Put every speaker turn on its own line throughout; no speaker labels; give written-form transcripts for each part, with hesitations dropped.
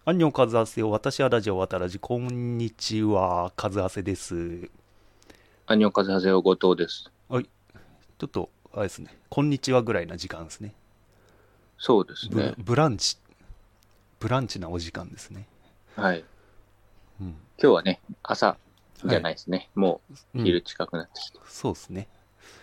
アンニョンカズハセよ。私はラジオ渡らじ。こんにちは。カズハセです。
アンニョンカズハセヨ後藤です。
はい。ちょっと、あれですね。こんにちはぐらいな時間ですね。
そうですね。
ブランチ、ブランチなお時間ですね。
はい。
うん。
今日はね、朝じゃ
はい。
ないですね。もう
うん。
昼近くなってきて。
そうですね。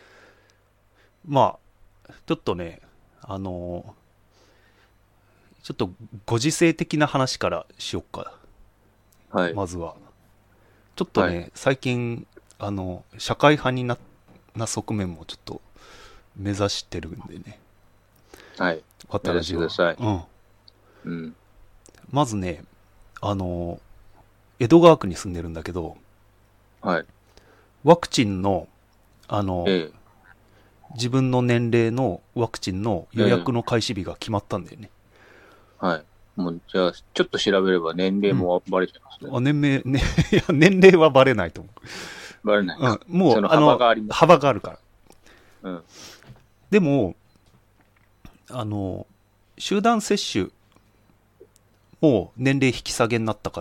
まあ、ちょっとね、あのーちょっとご時世的な話からしよっか。
はい。
まずは。ちょっと
はい。
ね、最近、社会派にな側面もちょっと目指してるんでね。
はい。目指し
渡らじは。
てください。
うん。
うん。
まずね、あの、江戸川区に住んでるんだけど、
はい。
ワクチンの、あの、
ええ。
自分の年齢のワクチンの予約
ええ。
の開始日が決まったんだよね。
はい。もう、じゃあ、ちょっと調べれば年齢
うん。
もバレちゃいますね。
あ、いや、年齢はバレないと思
バレない
う。う
か。
ん。もう、
その幅がありますからね。
幅があるから。
うん。
でも、あの、集団接種も年齢引き下げになったから、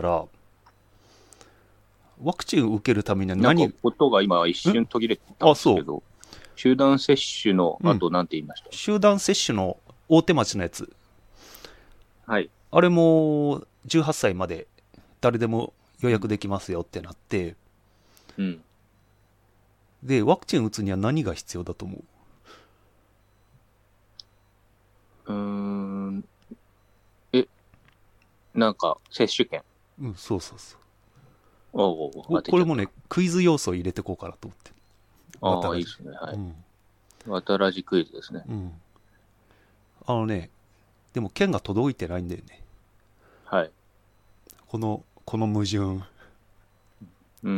ワクチンを受けるためには
なんか、
何、
音が今一瞬途切れたん
あ、そう。
ですけど、集団接種の
うん。
後なんて言いました？
集団接種の大手町のやつ。
はい。
あれも18歳まで誰でも予約できますよってなって、
うん。
で、ワクチン打つには何が必要だと思
うーん。え、なんか、接種券。
う？うん、そうそうそう。
おうおう、当てちゃった。
これもね、クイズ要素を入れてこうかなと思って。
ああ、
渡らじ。
いいですね。はい。
うん。
渡らじクイズですね。
うん。あのね、でも券が届いてないんだよね。
はい。
この矛盾。
うん。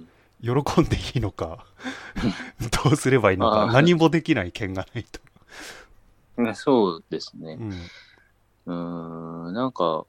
喜んでいいのか、どうすればいいのか、
あ
何もできない券がないと。
あ、ねそうですね。
うん。
なんか、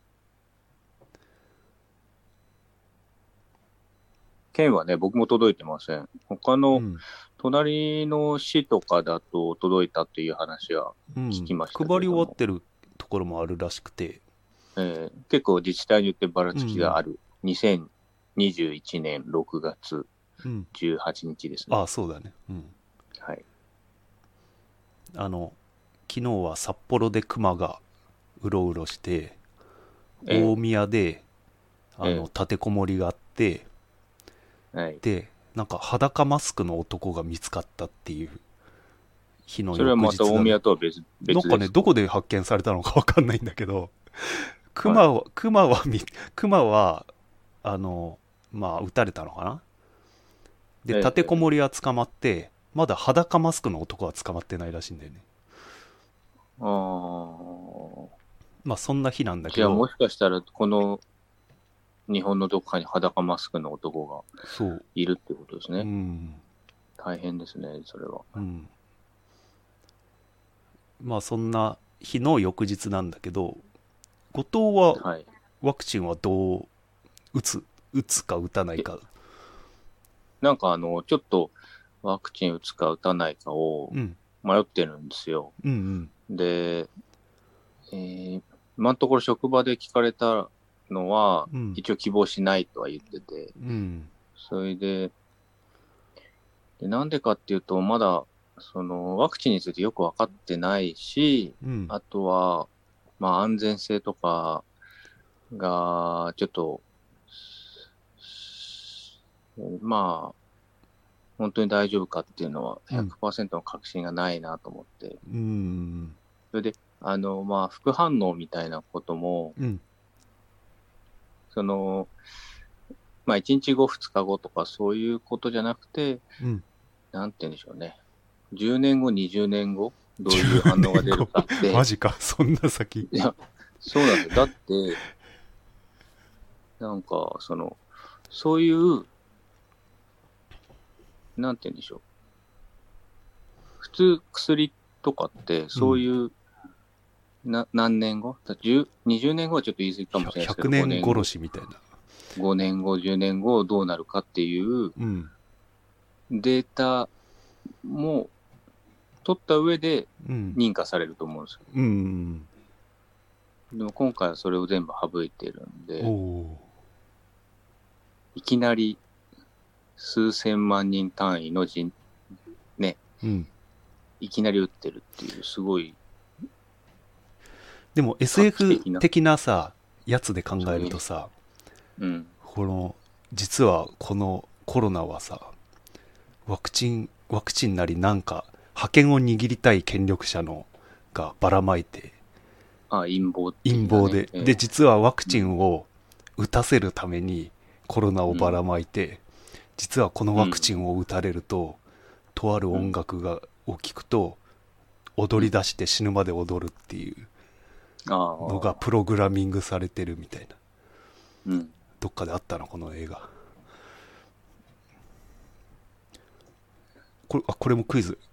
県はね、僕も届いてません。他の、
うん。
隣の市とかだと届いたっていう話は
うん。
聞きました
配り終わっ
けれども、
てるところもあるらしくて。
結構自治体によってばらつきが
うん。
ある。2021年6月
うん。
18日ですね。
ああ、そうだね。うん。
はい。
あの、昨日は札幌で熊がうろうろして、大
え
宮で、
ええ
立てこもりがあって、
はい。
で、なんか裸マスクの男が見つかったっていう日の
それは
翌
また大
日だね。
宮とは
なんかね、
別ですか？
どこで発見されたのかわかんないんだけど、
はい。
熊は、あの、まあ、撃たれたのかな。で、立てこも
ええ
りは捕まって、まだ裸マスクの男は捕まってないらしいんだよね。
ああ。
まあ、そんな日なんだけ
じゃあも
ど、
しかしたら、この日本のどこかに裸マスクの男が
そう、
いるってことです
う
ね。
ん、
大変ですね、それは。
うん。まあ、そんな日の翌日なんだけど、後藤は
はい。
ワクチンはどう打つ打つか打たない
え、
か。
なんかちょっとワクチン打つか打たないかを
うん、
迷ってるんですよ。
うん、
で、今のところ職場で聞かれたのは、
うん、
一応希望しないとは言ってて、
うん、
それで、なんでかっていうと、まだ、その、ワクチンについてよくわかってないし、
うん、
あとは、まあ、安全性とかが、ちょっと、まあ、本当に大丈夫かっていうのは
うん、
100%の確信がないなと思って。
うん、
それで、まあ、副反応みたいなことも、
うん、
その、まあ、1日後、2日後とかそういうことじゃなくて、
うん。
なんて言うんでしょうね。10年後、20年後、どういう
10
反応が出る
年後。
かって、
マジか、そんな先。
いや、そうなんですよ。だって、なんか、そういう、なんて言うんでしょう。普通、薬とかって、
うん。
そういう、何年後10、20年後はちょっと言い過ぎかもしれないですけ
100
ど、
年
5年後、
殺しみたいな。
5年後、10年後どうなるかっていう
うん。
データも取った上で
うん。
認可されると思うんですよ。
うん。
でも今回はそれを全部省いてるんで、
お
いきなり数千万人単位のね、
うん。
いきなり撃ってるっていう、すごい、
でも
画期
SF
的な
的なさ、やつで考えるとさ、
うん。
実はこのコロナはさ、ワクチンなりなんか、覇権を握りたい権力者がばらまいて、
陰謀っていう、
陰謀で、
ええ
で、実はワクチンを打たせるためにコロナをばらまいて、実はこのワクチンを打たれると、とある音楽を聴くと、踊り出して死ぬまで踊るっていうのがプログラミングされてるみたいな。
うん。
どっかであったな、この映画。これもクイズ。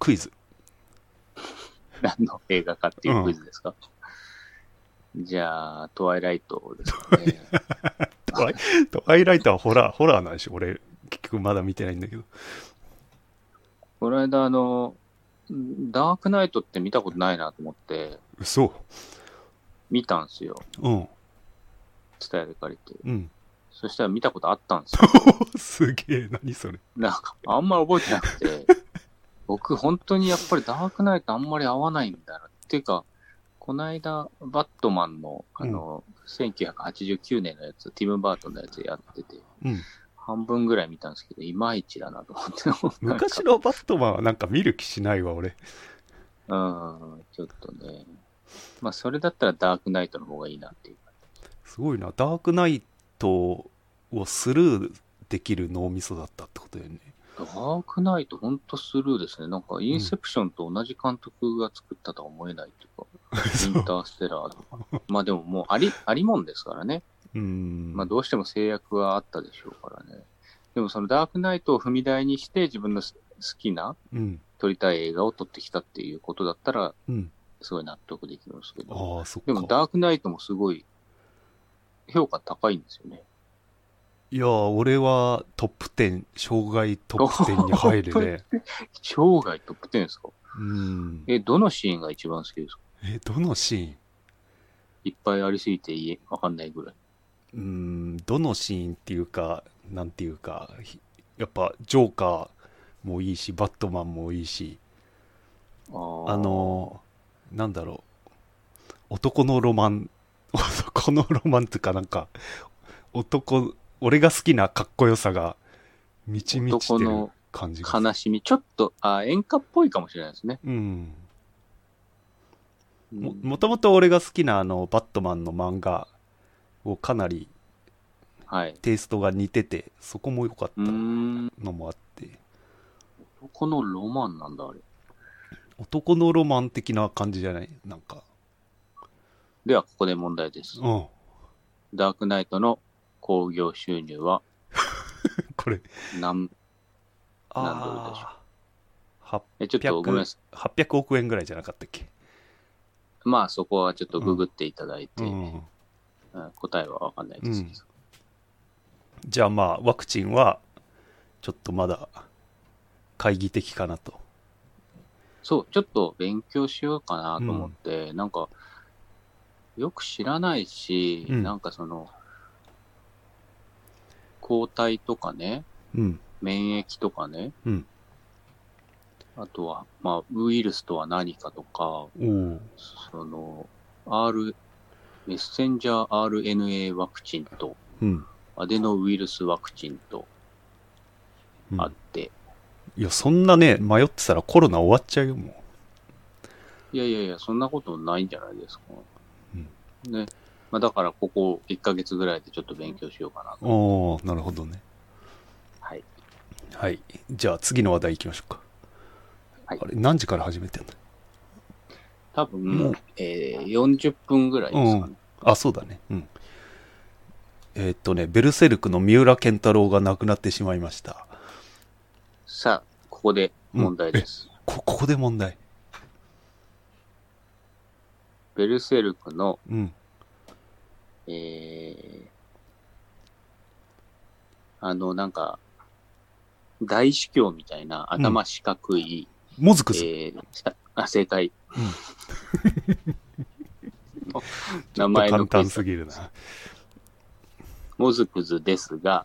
何の映画かっていうクイズですか、じゃあ、トワイライトですかね。
トワイライトはホラーなんでしょ。俺、結局まだ見てないんだけど。
この間、ダークナイトって見たことないなと思って、
嘘。
見たんすよ。
うん。
ツタヤで借りて。
うん。
そしたら見たことあったんですよ。
すげえ、何それ。
なんか、あんまり覚えてなくて、僕、本当にやっぱりダークナイトあんまり合わないんだな。っていうか、この間、バットマンの、1989年のやつ、ティム・バートンのやつやってて、
うん。
半分ぐらい見たんですけど、いまいちだなと思って。
昔のバットマンはなんか見る気しないわ、俺。
ちょっとね。まあ、それだったらダークナイトの方がいいなっていう。
すごいな。ダークナイトをスルーできる脳みそだったってことだよね。
ダークナイトほんとスルーですね。なんか、インセプションと同じ監督が作ったとは思えないっていうか、インターステラーとか。まあでももうありもんですからね。まあどうしても制約はあったでしょうからね。でもそのダークナイトを踏み台にして自分の好きな、撮りたい映画を撮ってきたっていうことだったら、すごい納得できるんですけど。でもダークナイトもすごい評価高いんですよね。
いや俺はトップ10、生涯トップ10に入るね。
生涯トップ10ですか？どのシーンが一番好きですか？
どのシーン？
いっぱいありすぎてわかんないぐらい。
どのシーンっていうか、なんていうか、やっぱジョーカーもいいし、バットマンもいいし、なんだろう、男のロマンっていうかなんか、俺が好きなかっこよさが満ち満ちてる感じが。
悲しみ。ちょっと、演歌っぽいかもしれないですね。
もともと俺が好きなバットマンの漫画をかなりテイストが似てて、そこも良かったのもあって。
男のロマンなんだ、あれ。
男のロマン的な感じじゃない？なんか。
では、ここで問題です。ダークナイトの興行収入は
これ
何ドルでしょう？ちょっとごめんなさい。
800億円ぐらいじゃなかったっけ？
まあそこはちょっとググっていただいて、答えはわかんないですけど、
じゃあまあワクチンはちょっとまだ懐疑的かなと。
そう、ちょっと勉強しようかなと思って、なんかよく知らないし、なんかその抗体とかね、免疫とかね、あとは、まあ、ウイルスとは何かとか、その、メッセンジャー RNA ワクチンと、アデノウイルスワクチンと、あって。
いや、そんなね、迷ってたらコロナ終わっちゃうよ、も
う。いや、そんなことないんじゃないですか。ね。まあ、だから、ここ1ヶ月ぐらいでちょっと勉強しようかなと。
なるほどね。
はい。
はい。じゃあ、次の話題行きましょうか。あれ何時から始めてんの？
多分、40分ぐらいですかね。
そうだね。ベルセルクの三浦健太郎が亡くなってしまいました。
さあ、ここで問題です。
ここで問題。
ベルセルクの、なんか、大司教みたいな頭四角い、
モズクス。
正解。 名前の
簡単すぎるな。
もずくずですが、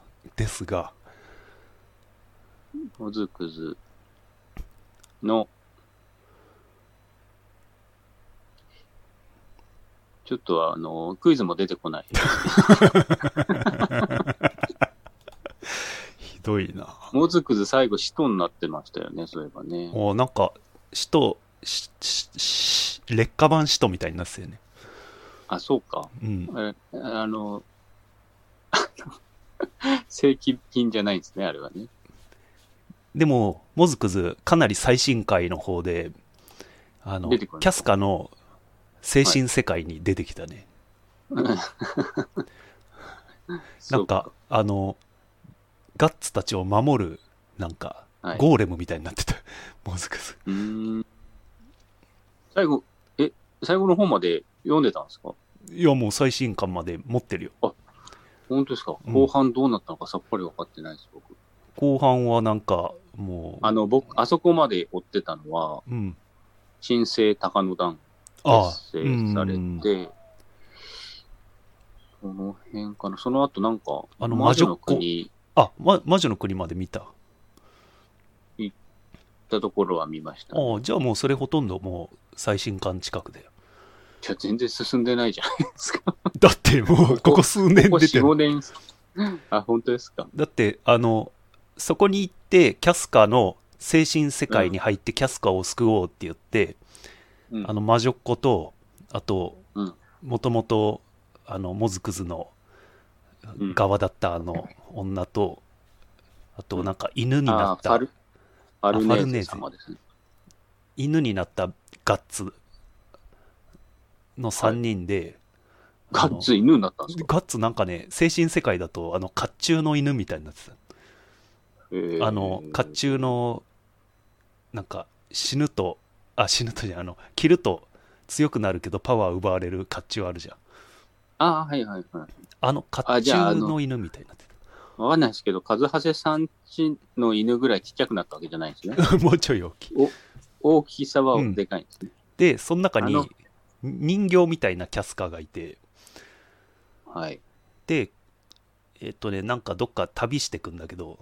もずくずの、ちょっとクイズも出てこない。
ひどいな。
もずくず最後、使徒になってましたよね、そういえばね。
なんか、使徒、劣化版使徒みたいになってたよね。
あ、そうか。
うん。
正規品じゃないんですね、あれはね。
でも、もずくず、かなり最新回の方で、キャスカの精神世界に出てきたね。はい、なんか、ガッツたちを守る、なんか、ゴーレムみたいになってた、もずくず。
最後の方まで読んでたんですか？
いや、もう最新刊まで持ってるよ。
あ、本当ですか？後半どうなったのかさっぱり分かってないです、僕。
後半はなんか、も
う。僕、あそこまで追ってたのは、新生高野団結成されて、この辺かな。その後なんか、魔女の国。
魔女の国まで見た。
行ったところは見ました、
ね。じゃあもうそれほとんどもう最新刊近くだよ。
じゃあ全然進んでないじゃないですか。
だってもうここ数年出てる。
ここ4、5年。あ、本当ですか。
だってそこに行ってキャスカの精神世界に入ってキャスカを救おうって言って、魔女っ子とあともともともずくずの側だった女と、あとなんか犬になった
ファルネーゼ様ですね。
犬になったガッツの3人で、
ガッツ犬になったんですか？
ガッツなんかね、精神世界だと甲冑の犬みたいになってた。甲冑のなんか死ぬとじゃん、着ると強くなるけどパワー奪われる甲冑あるじゃん。
はいはいはい。
甲冑の犬みたいになって
た。わかんないですけど、和橋さんちの犬ぐらいちっちゃくなったわけじゃないですね。
もうちょい大きい。
大きさはでかいんですね。
で、その中に人形みたいなキャスカーがいて、
はい。
で、なんかどっか旅してくんだけど、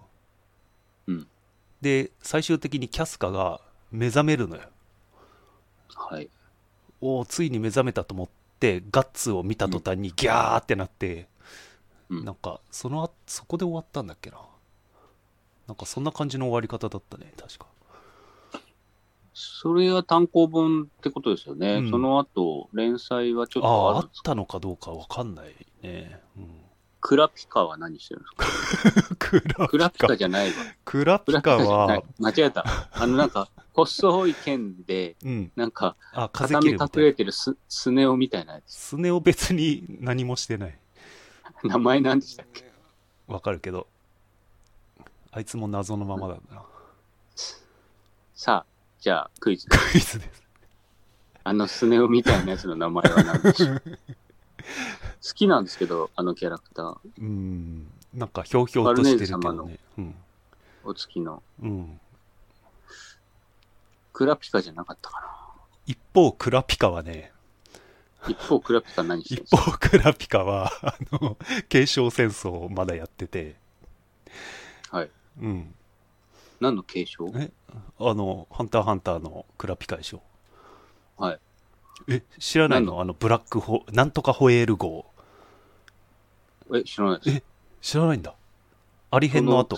で、最終的にキャスカが目覚めるのよ。
はい。
ついに目覚めたと思って、ガッツを見た途端にギャーってなって、なんか、そこで終わったんだっけな。なんかそんな感じの終わり方だったね、確か。
それは単行本ってことですよね。その後、連載はちょっと
あったのかどうかわかんないね。
クラピカは何してるんですか？クラピカじゃないわ。
クラピカは
間違えた。なんか細い剣で、なんか畳み隠れてるスネ夫みたいなやつ。
スネ夫別に何もしてない。
名前何でしたっけ？
わかるけど、あいつも謎のままだな。
さあ、じゃあクイズ
です。クイズです。
スネ夫みたいなやつの名前は何でしょう？好きなんですけど、キャラクター。
なんかひょうひょうとしてるけどね。
お月の。クラピカじゃなかったかな。
一方、クラピカはね。
クラピカ何してるんですか？
一方、クラピカは、継承戦争をまだやってて。
はい。何の継承？
ハンターハンターのクラピカでしょ。
はい。
知らないの？ブラックなんとかホエール号。
知らないです。
知らないんだ。アリ編の後。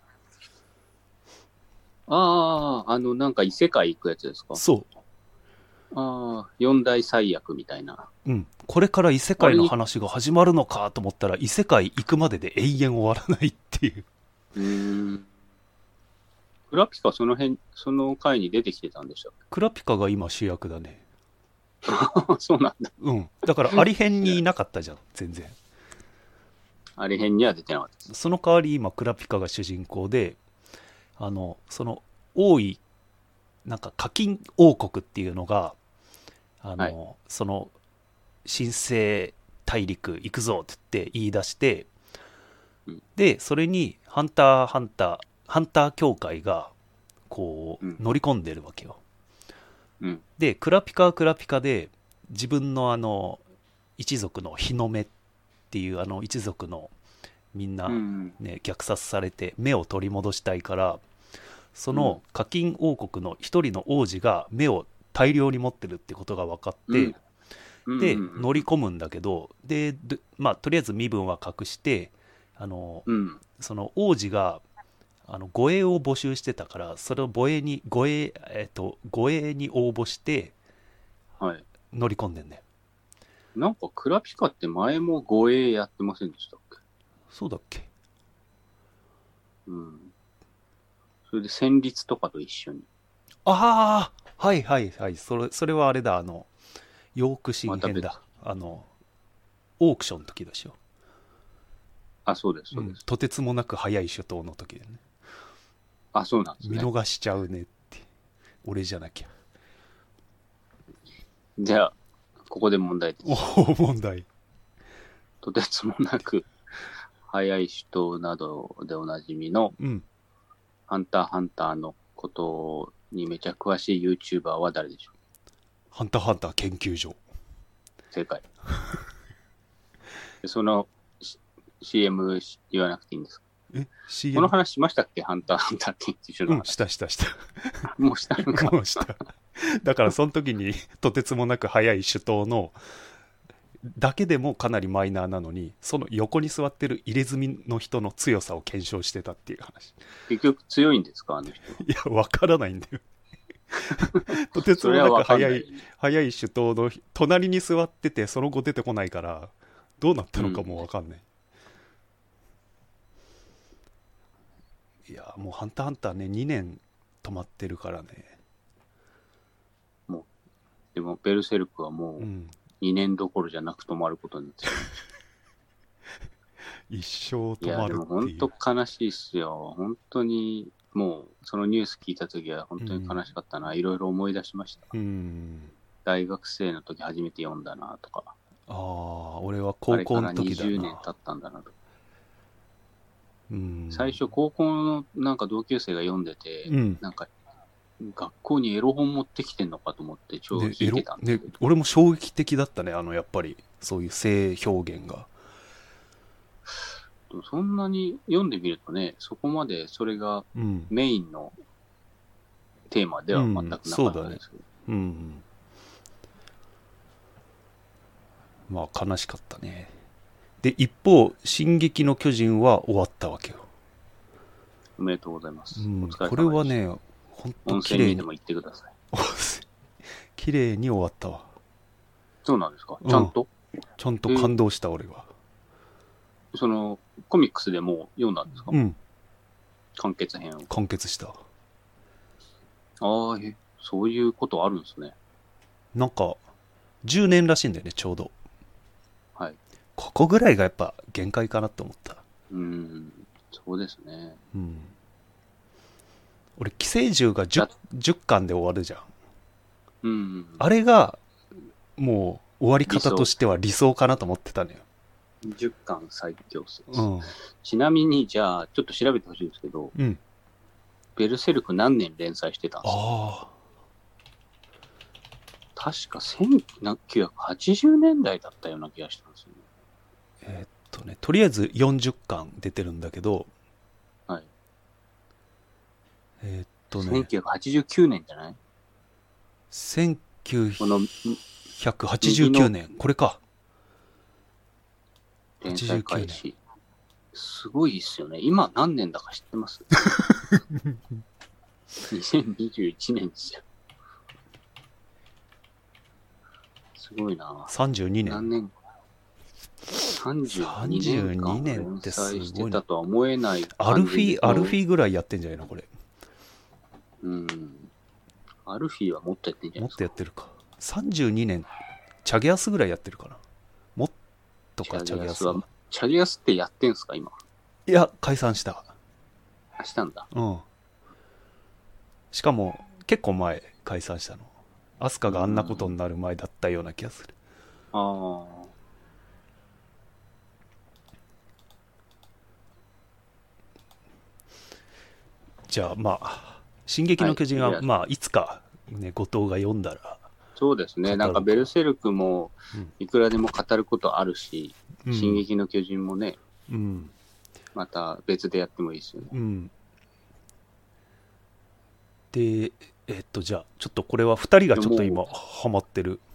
なんか異世界行くやつですか？
そう。
四大災悪みたいな。
これから異世界の話が始まるのかと思ったら、異世界行くまでで永遠終わらないっていう。
クラピカその回に出てきてたんでしたっけ？
クラピカが今主役だね。
そうなんだ。
だからアリ編にいなかったじゃん、全然。
アリ編には出てなかったです。
その代わり今クラピカが主人公で、その王位なんか課金王国っていうのがその神聖大陸行くぞって言い出して、でそれにハンター協会がこう乗り込んでるわけよ。でクラピカはクラピカで自分の一族の日の目っていう一族のみんな、ね、虐殺されて目を取り戻したいから、その課金王国の一人の王子が目を大量に持ってるってことが分かって、で乗り込むんだけど、まあとりあえず身分は隠して、その王子が護衛を募集してたから、それを護衛に応募して乗り込んでんね。
なんかクラピカって前も護衛やってませんでしたっけ？
そうだっけ？
それで戦慄とかと一緒に。
ああ、はいはいはい、それはあれだ、ヨークシン編だ。オークションの時でしょ。
あ、そうですそうです。
とてつもなく速い手刀の時でね。
あ、そうなんですね。
見逃しちゃうねって。俺じゃなきゃ。
じゃあここで問題です。
問題。
とてつもなく速い手刀などでおなじみの、ハンターハンターのことにめちゃ詳しい YouTuber は誰でしょう？
ハンターハンター研究所。
正解。その CM 言わなくていいんですか？この話しましたっけ？ハンターハンター研究所の話。
した。
もうしたのか。
もうした。だからその時にとてつもなく速い手刀のだけでもかなりマイナーなのに、その横に座ってる入れ墨の人の強さを検証してたっていう話。
結局強いんですか、あの人？
いや、わからないんだよ。とてつもなく速い手刀の隣に座ってて、その後出てこないからどうなったのかもわかんない。いや、もうハンターハンターね、2年止まってるからね。
もうでもベルセルクはもう2年どころじゃなく止まることになってる。
一生止まるっていう。いや、でも
本当悲しいっすよ。本当にもうそのニュース聞いた時は本当に悲しかったな。いろいろ思い出しました。大学生の時初めて読んだなとか。
俺は高校の時だな。
あれから20年経ったんだなと。最初高校のなんか同級生が読んでて、なんか学校にエロ本持ってきてんのかと思って超引いてたんですけど、
俺も衝撃的だったね。やっぱりそういう性表現が。
そんなに読んでみるとね、そこまでそれがメインのテーマでは全くなかったですけど、
まあ悲しかったね。で一方「進撃の巨人」は終わったわけよ。
おめでとうございます。
これはね、本当綺麗に。
でも言ってください。
綺麗に終わったわ。
そうなんですか？ちゃんと
感動した、俺は。
そのコミックスでもう読んだんですか？完結編を。
完結した。
そういうことあるんですね。
なんか10年らしいんだよね、ちょうど。
はい。
ここぐらいがやっぱ限界かなと思った。
そうですね。
俺寄生獣が 10巻で終わるじゃ
ん。
あれがもう終わり方としては理想かなと思ってたのよ。
10巻最強説。ちなみにじゃあちょっと調べてほしいんですけど、ベルセルク何年連載してたんですか？確か1980年代だったような気がしたんですよね。
とりあえず40巻出てるんだけど、
はい。1989年じゃない？
1989年。これか。
連載開始。すごいっすよね。今何年だか知ってます？ 2021 年ですよ。すごいな。
32年。
何年32年ってすごいな。とは思えない。
アルフィーぐらいやってんじゃないのこれ。
アルフィーはもっとやってんじゃないですか。
もっとやってるか。32年。チャゲアスぐらいやってるかな。もっとか、チャゲアスは。
チャゲアスってやってんすか今？
いや、解散した。
したんだ。
しかも結構前解散したの。アスカがあんなことになる前だったような気がする。じゃあまあ「進撃の巨人」はまあいつかね後藤が読んだら
そうですね。なんかベルセルクもいくらでも語ることあるし、進撃の巨人もね、また別でやってもいいですよね。
で、じゃあ、ちょっとこれは2人がちょっと今、ハマってる。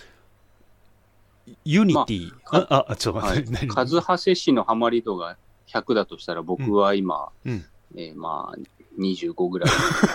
ユニティ。ちょっと待って。
カズハセ氏のハマり度が100だとしたら、僕は今、まあ、25ぐらい。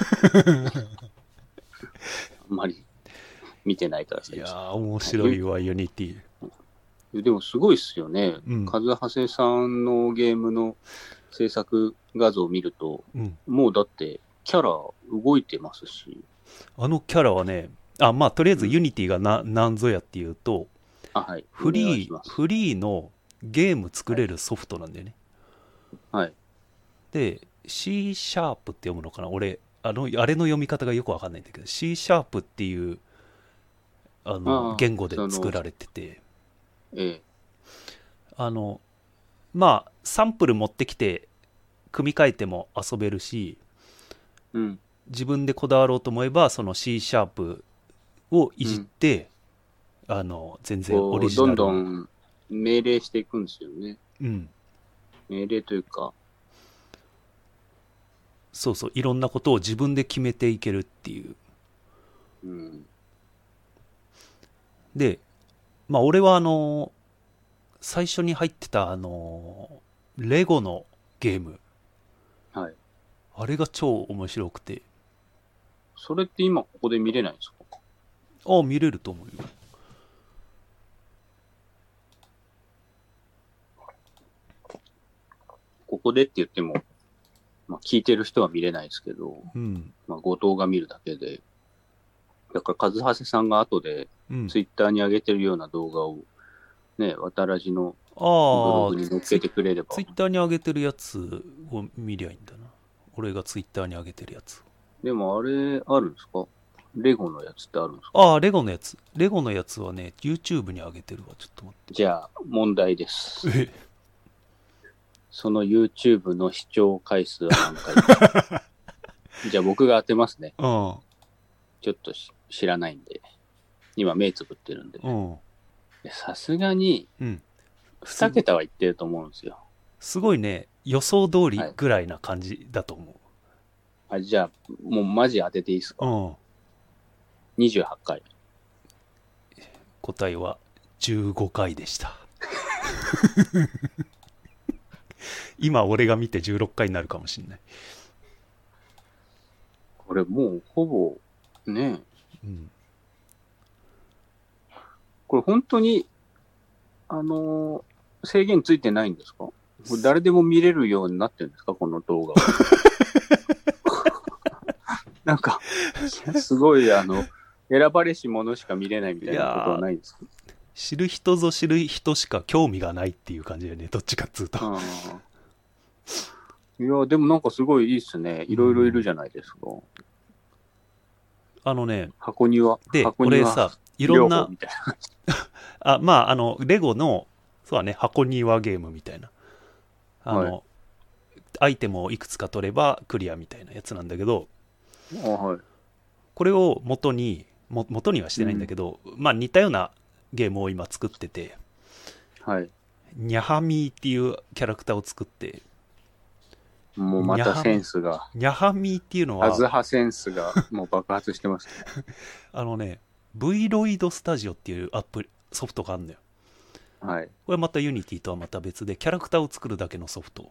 あんまり見てないから
いやー、面白いわ、ユニティ。
でもすごいっすよね。カズハセさんのゲームの制作画像を見ると、もうだってキャラ動いてますし。
あのキャラはね、まあとりあえずユニティが何ぞやっていうと、フリーのゲーム作れるソフトなんだよね。
はい。
で、C シャープって読むのかな、俺、あれの読み方がよくわかんないんだけど、C シャープっていう言語で作られてて、まあサンプル持ってきて組み替えても遊べるし、自分でこだわろうと思えばその C シャープをいじって、全然オリジナル
どんどん命令していくんですよね。命令というか、
そうそう、いろんなことを自分で決めていけるっていう。で、まあ俺は最初に入ってたレゴのゲーム、あれが超面白くて。
それって今ここで見れないんですか？
見れると思うよ。
ここでって言っても、まあ、聞いてる人は見れないですけど、まあ、後藤が見るだけで、だからカズハセさんが後でツイッターに上げてるような動画をね、渡らじのブログに載っけてくれれば。
ツイッターに上げてるやつを見りゃいいんだな。俺がツイッターに上げてるやつ。
でもあれあるんですか？レゴのやつってあるんですか？
レゴのやつ。レゴのやつはね、YouTube に上げてるわ。ちょっと待って。
じゃあ、問題です。その YouTube の視聴回数は何回ですか？じゃあ僕が当てますね。ちょっと知らないんで。今目つぶってるんで。さすがに、2桁は言ってると思うんですよ。
すごいね、予想通りぐらいな感じだと思
う。じゃあ、もうマジ当てていいですか？28回。
答えは15回でした。今俺が見て16回になるかもしれない。
これもうほぼね、これ本当に制限ついてないんですか？これ誰でも見れるようになってるんですか、この動画は。なんかすごい選ばれし者しか見れないみたいなことはないんですか？
知る人ぞ知る人しか興味がないっていう感じだよね、どっちかっつうと。
いやでもなんかすごいいいっすね。いろいろいるじゃないですか。箱庭
で俺さ、いろんなまあレゴのそうだね、箱庭ゲームみたいなアイテムをいくつか取ればクリアみたいなやつなんだけど、これを元にはしてないんだけど、まあ似たようなゲームを今作ってて、ニャハミーっていうキャラクターを作って、
もうまたセンスが。
ニャハミーっていうのは
カズハセンスがもう爆発してます、
ね。V ロイドスタジオっていうソフトがあるんだよ。これまたユニティとはまた別でキャラクターを作るだけのソフト。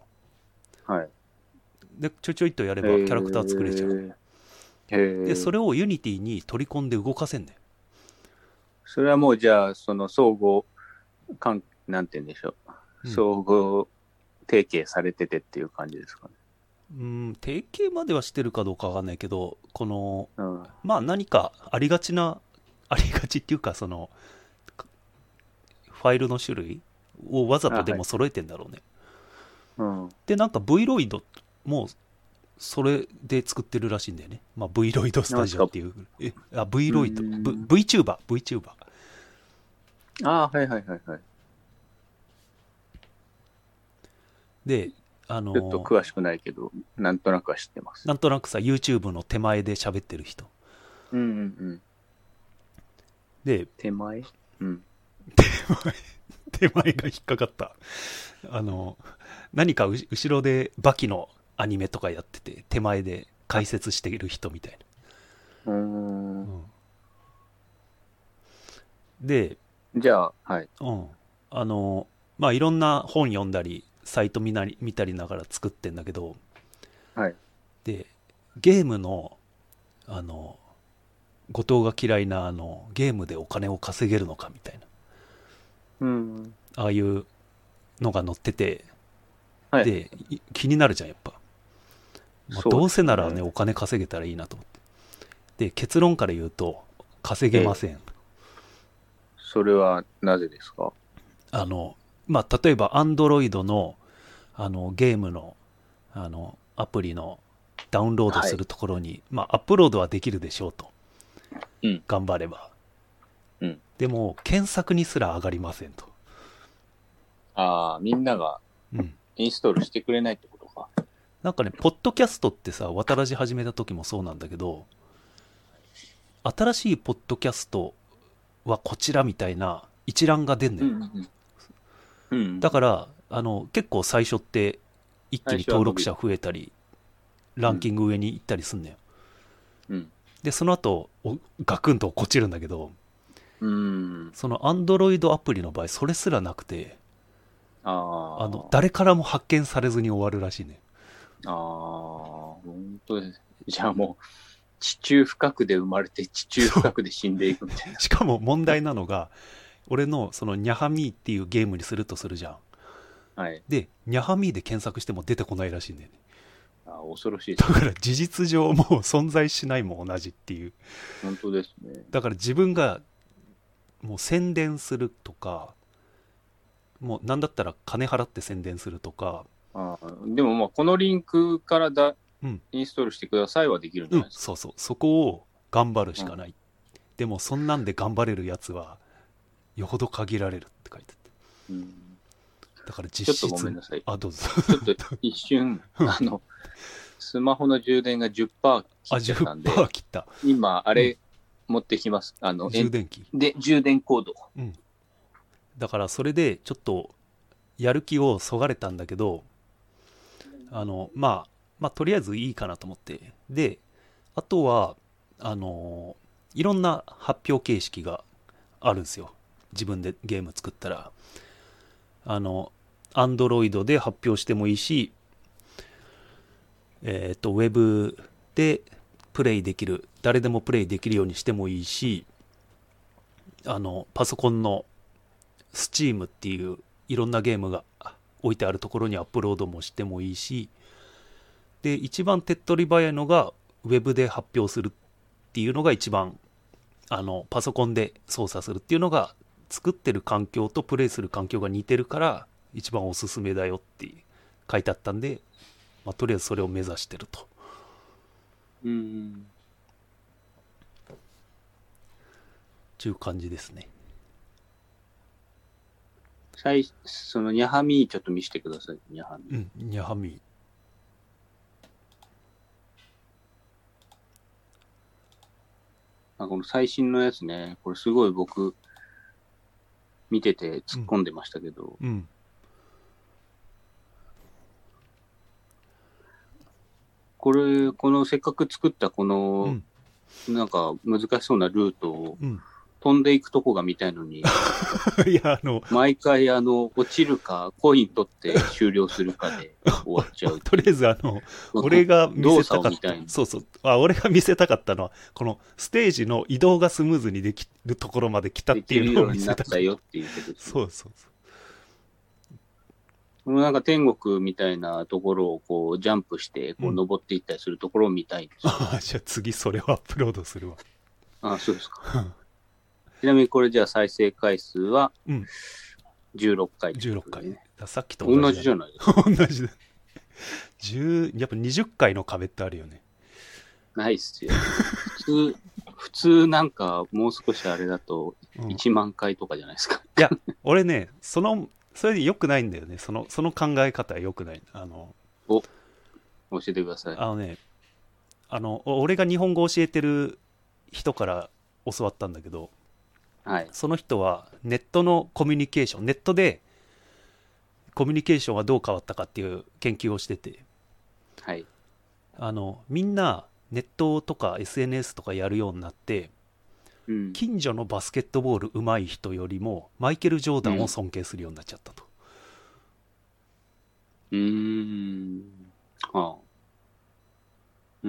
でちょいちょいとやればキャラクター作れちゃう。でそれをユニティに取り込んで動かせんだよ。
それはもうじゃあその相互なんて言うんでしょう、相互提携されててっていう感じですかね。
提携まではしてるかどうかわかんないけど、この、まあ何かありがちっていうか、そのファイルの種類をわざとでも揃えてんだろうね。でなんか V ロイドもそれで作ってるらしいんだよね。まあ V ロイドスタジオっていう。V ロイド、VTuber。で、
ちょっと詳しくないけど、なんとなくは知ってます。
なんとなくさ、YouTube の手前で喋ってる人。 で、
手前うん。
手前が引っかかった。何か後ろでバキのアニメとかやってて、手前で解説している人みたいな。で、
じゃあ、はい。
まあいろんな本読んだり、サイト見たりながら作ってんだけど、
はい。
で、ゲームの、後藤が嫌いなゲームでお金を稼げるのかみたいな、ああいうのが載ってて、はい、で気になるじゃんやっぱ、まあ、どうせならねお金稼げたらいいなと思って、で結論から言うと稼げません、
それはなぜですか？
まあ例えば Android のゲームのアプリのダウンロードするところに、はい、まあアップロードはできるでしょうと、頑張れば、でも検索にすら上がりませんと。
ああ、みんながインストールしてくれないってことか。
なんかね、ポッドキャストってさ、渡らじ始めた時もそうなんだけど、新しいポッドキャストはこちらみたいな一覧が出んのよ。だから結構最初って一気に登録者増えたり、ランキング上に行ったりすんのよ。でその後ガクンと落ちるんだけど、その Android アプリの場合それすらなくて、誰からも発見されずに終わるらしいね。
本当です。じゃあもう地中深くで生まれて地中深くで死んでいくみたいな。
しかも問題なのが、俺のそのニャハミーっていうゲームにするとするじゃん。
はい。
でニャハミーで検索しても出てこないらしいんだよね。
恐ろしいです
ね。だから事実上もう存在しないも同じっていう。
本当ですね。
だから自分がもう宣伝するとか、もう何だったら金払って宣伝するとか。
でもまあこのリンクからインストールしてくださいはできるんじゃないですか。
そうそう、そこを頑張るしかない。でもそんなんで頑張れるやつはよほど限られるって書いてあって。だから実質、
ちょっとごめんなさい。
どうぞ。
ちょっと一瞬スマホの充電が 10% 切っちゃったんで、
10%切った。
今あれ持ってきます。
充電器
で充電コード。
だからそれでちょっとやる気をそがれたんだけど、まあとりあえずいいかなと思って、であとはいろんな発表形式があるんですよ。自分でゲーム作ったらAndroid で発表してもいいし、ウェブでプレイできる、誰でもプレイできるようにしてもいいし、パソコンの Steam っていういろんなゲームが置いてあるところにアップロードもしてもいいし、で一番手っ取り早いのがウェブで発表するっていうのが一番パソコンで操作するっていうのが作ってる環境とプレイする環境が似てるから一番おすすめだよって書いてあったんで、まあ、とりあえずそれを目指してると。っていう感じですね。
そのニャハミーちょっと見せてください。ニャハミー。
ニャハミー。
この最新のやつね、これすごい僕見てて突っ込んでましたけど、このせっかく作ったこの、なんか難しそうなルートを飛んでいくとこが見たいのに、
いや
毎回落ちるかコイン取って終了するかで終わっちゃう。
とりあえず俺が見せたかった、俺が見せたかったのはこのステージの移動がスムーズにできるところまで来たっていうのを見せたかった。
できるようになったよっていうことです、ね。
そうそうそう。
なんか天国みたいなところをこうジャンプしてこう登っていったりするところを見たいんですよ。
じゃあ次それをアップロードするわ。
そうですか。ちなみにこれじゃあ再生回数は16回、ね。
16回。さっきと
同じじゃないです
か。同じだ。やっぱ20回の壁ってあるよね。
ないっすよ。普通なんかもう少しあれだと1万回とかじゃないですか。
いや、俺ね、それで良くないんだよね。その考え方は良くない。
教えてください。
俺が日本語教えてる人から教わったんだけど、
はい。
その人はネットのコミュニケーション、ネットでコミュニケーションはどう変わったかっていう研究をしてて、
はい。
みんなネットとか SNS とかやるようになって、
うん。
近所のバスケットボール上手い人よりもマイケル・ジョーダンを
うん。
尊敬するようになっちゃったと。
うーん。はあ。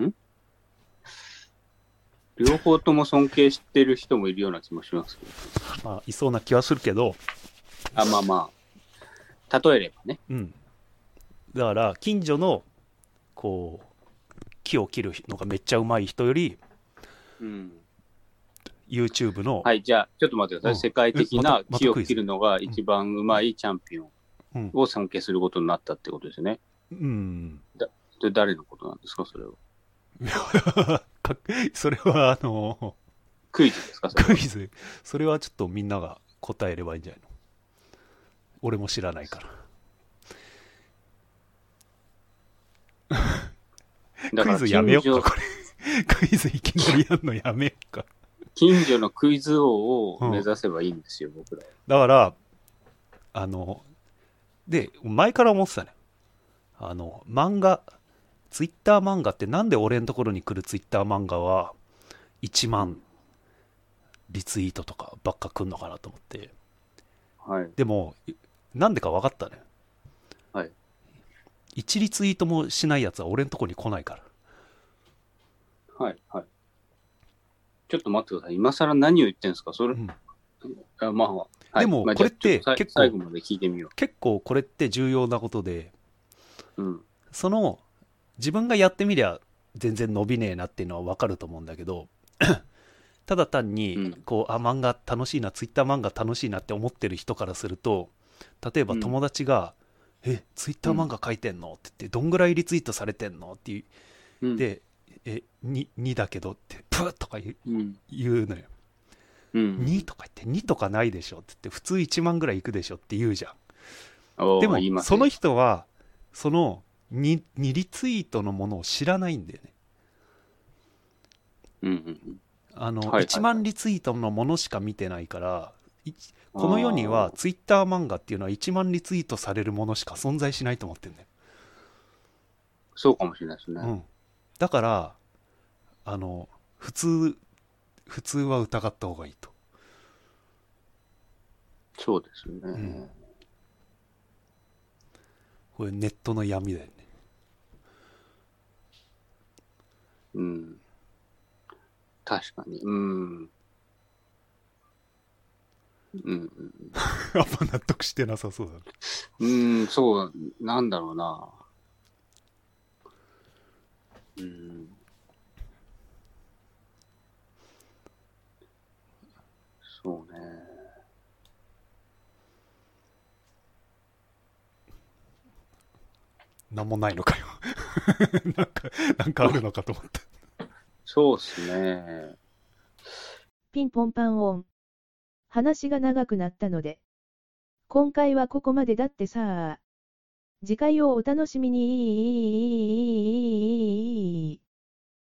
両方とも尊敬してる人もいるような気もしますけど。
まあいそうな気はするけど、
まあまあ、例えればね。
うん、だから近所のこう木を切るのがめっちゃ上手い人より
うん。
YouTube の、
はい、じゃあ、ちょっと待ってください。
うん、
世界的な木を
またクイズ、
切るのが一番うまいチャンピオン
うん、
を尊敬することになったってことですね。
うん、
で、誰のことなんですか、それは。
それは
クイズですか、それは。
クイズ、それはちょっとみんなが答えればいいんじゃないの。俺も知らないから。クイ
だから
ズやめよっか、これ。クイズいきなりやんのやめよっか。
近所のクイズ王を目指せばいいんですよ、僕らは。
だから、で、前から思ってたね。漫画、ツイッター漫画ってなんで俺のところに来るツイッター漫画は1万リツイートとかばっか来んのかなと思って。
はい。
でも、なんでか分かったね。
はい。
1リツイートもしないやつは俺のところに来ないから。
はい。はい。ちょっと待ってください。今更何を言ってんですか、それ。
うん、
まあ、はい、
でも、これって結構、
最後まで聞いてみよ
結構これって重要なことで、
う。うん。
自分がやってみりゃ全然伸びねえなっていうのは分かると思うんだけど、ただ単にこう、漫画楽しいな、ツイッター漫画楽しいなって思ってる人からすると、例えば友達が、ツイッター漫画描いてんのって言って、どんぐらいリツイートされてんのって言って、2だけどってプッとか言うのよ。2とか言って、2とかないでしょって言って、普通1万ぐらいいくでしょって言うじゃん。でもその人はその2リツイートのものを知らないんだよね。1万リツイートのものしか見てないから、この世にはツイッター漫画っていうのは1万リツイートされるものしか存在しないと思ってるんだよ。
そうかもしれないですね。
うん、だから普通は疑った方がいいと。
そうですね。
これネットの闇だよね。
うん。確かに。うん。うん。
あんま納得してなさそうだね。
そう、なんだろうな。そうね。
なんもないのかよ。なんかあるのかと思った。
そうっすね。
ピンポンパンオン。話が長くなったので。今回はここまでだってさあ。次回をお楽しみに。